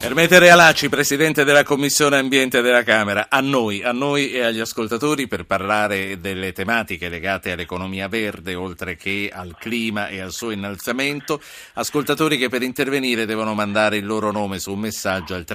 Ermete Realacci, Presidente della Commissione Ambiente della Camera, a noi e agli ascoltatori per parlare delle tematiche legate all'economia verde, oltre che al clima e al suo innalzamento. Ascoltatori che per intervenire devono mandare il loro nome su un messaggio al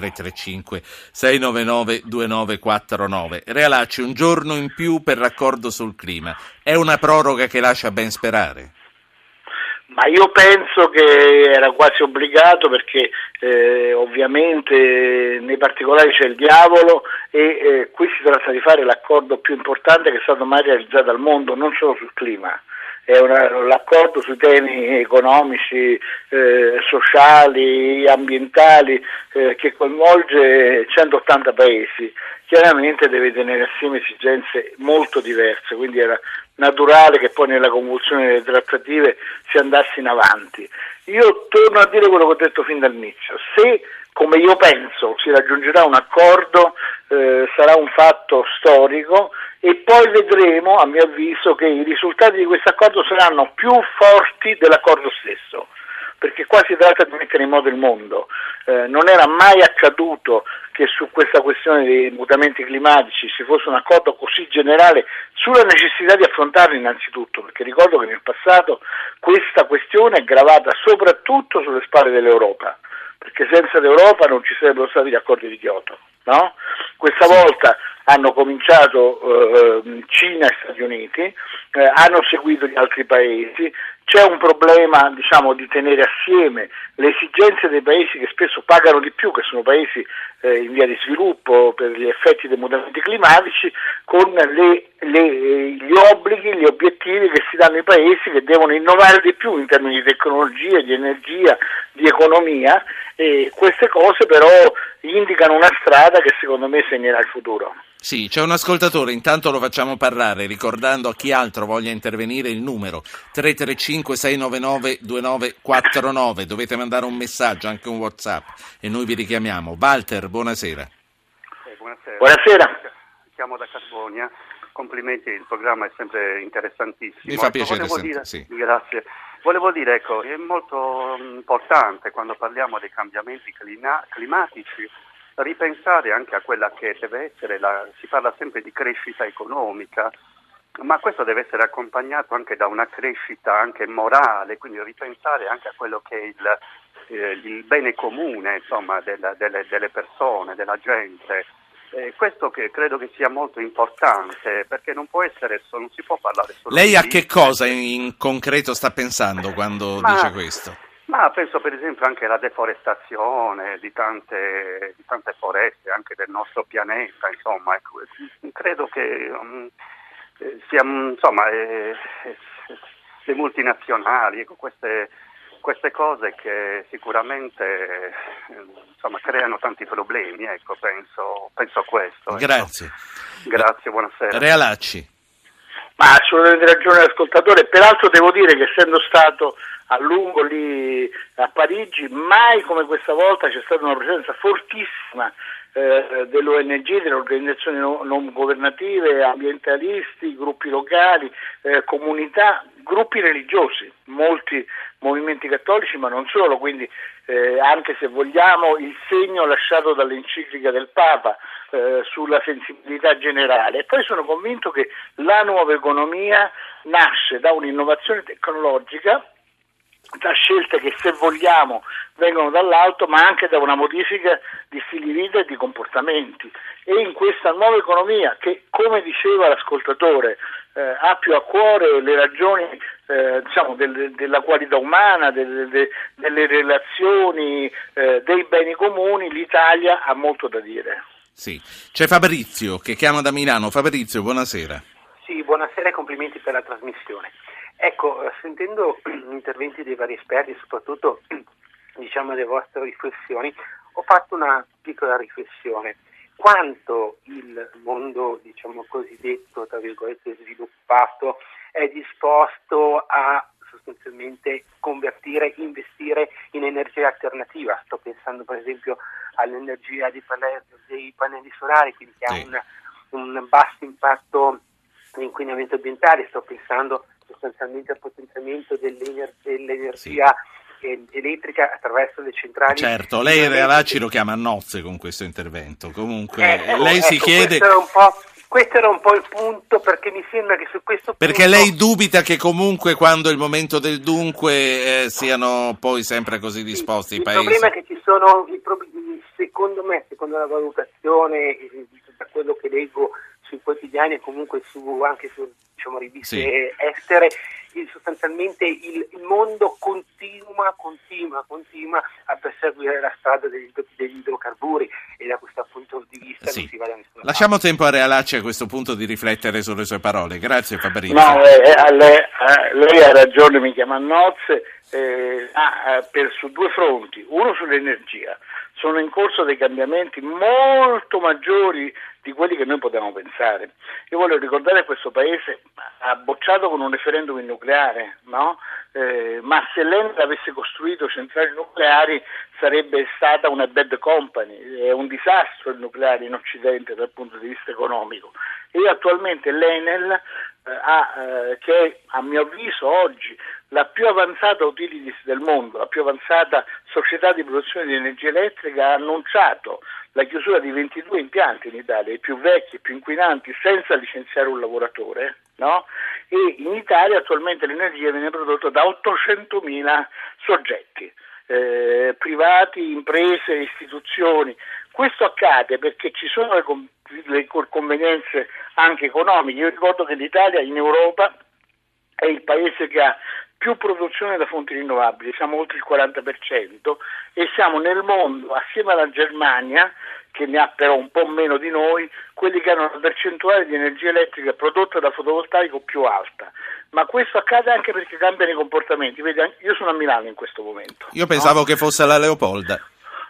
335-699-2949. Realacci, un giorno in più per l'accordo sul clima. È una proroga che lascia ben sperare? Ma io penso che era quasi obbligato perché ovviamente nei particolari c'è il diavolo e qui si tratta di fare l'accordo più importante che è stato mai realizzato al mondo, non solo sul clima. È l'accordo sui temi economici, sociali, ambientali che coinvolge 180 paesi. Chiaramente deve tenere assieme esigenze molto diverse, quindi era naturale che poi nella convulsione delle trattative si andasse in avanti. Io torno a dire quello che ho detto fin dall'inizio: se, come io penso, si raggiungerà un accordo, sarà un fatto storico e poi vedremo, a mio avviso, che i risultati di questo accordo saranno più forti dell'accordo stesso, perché qua si tratta di mettere in moto il mondo. Non era mai accaduto che su questa questione dei mutamenti climatici ci fosse un accordo così generale sulla necessità di affrontarli innanzitutto, perché ricordo che nel passato questa questione è gravata soprattutto sulle spalle dell'Europa, perché senza l'Europa non ci sarebbero stati gli accordi di Kyoto, no? Questa volta hanno cominciato Cina e Stati Uniti, hanno seguito gli altri paesi. C'è un problema, di tenere assieme le esigenze dei paesi che spesso pagano di più, che sono paesi in via di sviluppo per gli effetti dei mutamenti climatici, con gli obblighi, gli obiettivi che si danno ai paesi che devono innovare di più in termini di tecnologia, di energia, di economia, e queste cose però indicano una strada che secondo me segnerà il futuro. Sì, c'è un ascoltatore, intanto lo facciamo parlare, ricordando a chi altro voglia intervenire il numero 335-699-2949, dovete mandare un messaggio, anche un WhatsApp, e noi vi richiamiamo. Walter, buonasera. Buonasera. Buonasera. Chiamo da Carbonia, complimenti, il programma è sempre interessantissimo. Mi fa piacere sì. Grazie. Volevo dire, è molto importante quando parliamo dei cambiamenti climatici ripensare anche a quella che deve essere, si parla sempre di crescita economica, ma questo deve essere accompagnato anche da una crescita anche morale, quindi ripensare anche a quello che è il bene comune, insomma, delle persone, della gente. Questo che credo che sia molto importante, perché non può essere non si può parlare solo Lei di a che cosa in concreto sta pensando quando dice questo? Ma penso per esempio anche alla deforestazione di tante foreste anche del nostro pianeta, insomma, credo che sia, insomma, le multinazionali, queste cose che sicuramente creano tanti problemi, penso a questo. Grazie. Grazie, buonasera. Realacci. Ma assolutamente ragione l'ascoltatore, peraltro devo dire che essendo stato a lungo lì a Parigi, mai come questa volta c'è stata una presenza fortissima dell'ONG, delle organizzazioni non governative, ambientalisti, gruppi locali, comunità, gruppi religiosi, molti movimenti cattolici ma non solo, quindi anche se vogliamo il segno lasciato dall'enciclica del Papa sulla sensibilità generale. E poi sono convinto che la nuova economia nasce da un'innovazione tecnologica, da scelte che se vogliamo vengono dall'alto, ma anche da una modifica di stili di vita e di comportamenti. E in questa nuova economia che, come diceva l'ascoltatore, ha più a cuore le ragioni della qualità umana, delle relazioni, dei beni comuni, l'Italia ha molto da dire. Sì, c'è Fabrizio che chiama da Milano. Fabrizio, buonasera. Sì, buonasera e complimenti per la trasmissione. Ecco, sentendo gli interventi dei vari esperti, soprattutto le vostre riflessioni, ho fatto una piccola riflessione. Quanto il mondo, cosiddetto, tra virgolette, sviluppato, è disposto a sostanzialmente convertire, investire in energia alternativa. Sto pensando per esempio all'energia dei pannelli solari, quindi che ha un basso impatto di inquinamento ambientale. Sto pensando sostanzialmente al potenziamento dell'energia elettrica attraverso le centrali. Certo, lei Realacci lo chiama a nozze con questo intervento. Comunque, lei si chiede... Questo era un po' il punto, perché mi sembra che su questo punto... Perché lei dubita che comunque quando è il momento del dunque siano poi sempre così disposti i paesi? Il problema è che ci sono, secondo me, secondo la valutazione, da quello che leggo sui quotidiani e comunque anche su riviste estere, sostanzialmente il mondo continua a perseguire la strada degli idrocarburi, e da questo punto di vista non si va da nessuna parte. Lasciamo tempo a Realacci a questo punto di riflettere sulle sue parole. Grazie Fabrizio. No, lei ha ragione, mi chiama a nozze, su due fronti. Uno sull'energia. Sono in corso dei cambiamenti molto maggiori di quelli che noi potevamo pensare. Io voglio ricordare che questo paese ha bocciato con un referendum il nucleare, no? Ma se l'Enel avesse costruito centrali nucleari sarebbe stata una bad company, è un disastro il nucleare in Occidente dal punto di vista economico, e attualmente l'Enel che è a mio avviso oggi la più avanzata utilities del mondo, la più avanzata società di produzione di energia elettrica, ha annunciato la chiusura di 22 impianti in Italia, i più vecchi, i più inquinanti, senza licenziare un lavoratore, no? E in Italia attualmente l'energia viene prodotta da 800.000 soggetti, privati, imprese, istituzioni. Questo accade perché ci sono le convenienze anche economiche. Io ricordo che l'Italia in Europa è il paese che ha più produzione da fonti rinnovabili, siamo oltre il 40%, e siamo nel mondo, assieme alla Germania, che ne ha però un po' meno di noi, quelli che hanno una percentuale di energia elettrica prodotta da fotovoltaico più alta. Ma questo accade anche perché cambiano i comportamenti. Vedi, io sono a Milano in questo momento. Io pensavo che fosse la Leopolda.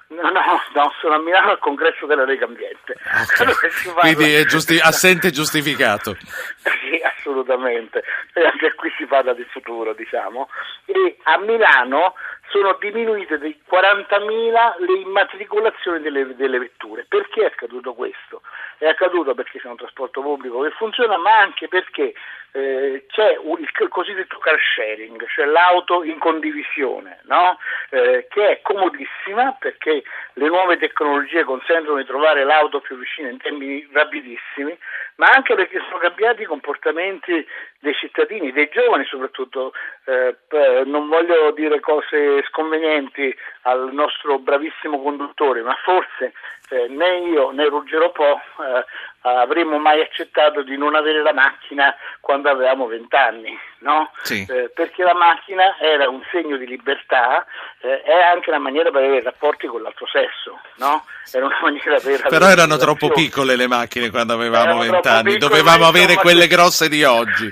No, sono a Milano al congresso della Lega Ambiente. Okay. Quindi è assente giustificato. Sì, assolutamente. E anche qui si parla di futuro, diciamo. E a Milano sono diminuite di 40.000 le immatricolazioni delle vetture. Perché è accaduto questo? È accaduto perché c'è un trasporto pubblico che funziona, ma anche perché c'è il cosiddetto car sharing, cioè l'auto in condivisione, no? Che è comodissima perché le nuove tecnologie consentono di trovare l'auto più vicina in tempi rapidissimi, ma anche perché sono cambiati i comportamenti dei cittadini, dei giovani soprattutto. Non voglio dire cose sconvenienti al nostro bravissimo conduttore, ma forse né io né Ruggero Po avremmo mai accettato di non avere la macchina quando avevamo 20 anni, no? Sì. Perché la macchina era un segno di libertà, è anche una maniera per avere rapporti con l'altro sesso, no? Era una maniera per Però erano troppo piccole le macchine quando avevamo 20 anni, dovevamo avere quelle grosse di oggi.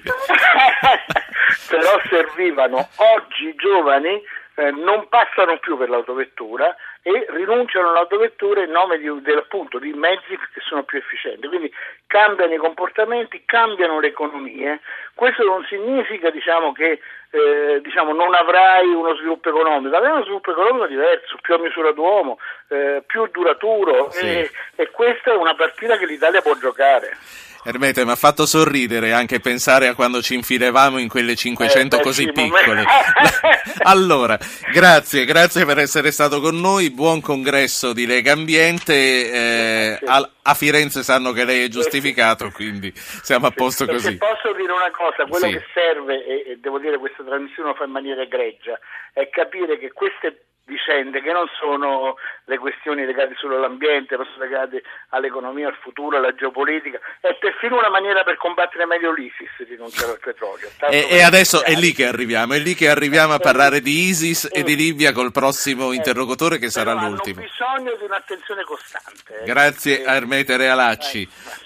Però servivano. Oggi i giovani non passano più per l'autovettura e rinunciano all'autovettura in nome di mezzi che sono più efficienti. Quindi cambiano i comportamenti, cambiano le economie. Questo non significa che non avrai uno sviluppo economico, avrai uno sviluppo economico diverso, più a misura d'uomo, più duraturo, sì. E questa è una partita che l'Italia può giocare. Ermete, mi ha fatto sorridere anche pensare a quando ci infilevamo in quelle 500 così piccole. Allora, grazie per essere stato con noi, buon congresso di Lega Ambiente, a Firenze sanno che lei è giustificato, quindi siamo a posto così. Se posso dire una cosa, quello che serve, e devo dire questa trasmissione lo fa in maniera egregia, è capire che queste vicende che non sono le questioni legate solo all'ambiente, ma sono legate all'economia, al futuro, alla geopolitica, è perfino una maniera per combattere meglio l'ISIS, rinunciare al petrolio. E adesso è lì che arriviamo a parlare di ISIS e di Libia col prossimo interlocutore che sarà l'ultimo. Hanno bisogno di un'attenzione costante. Grazie a Ermete Realacci.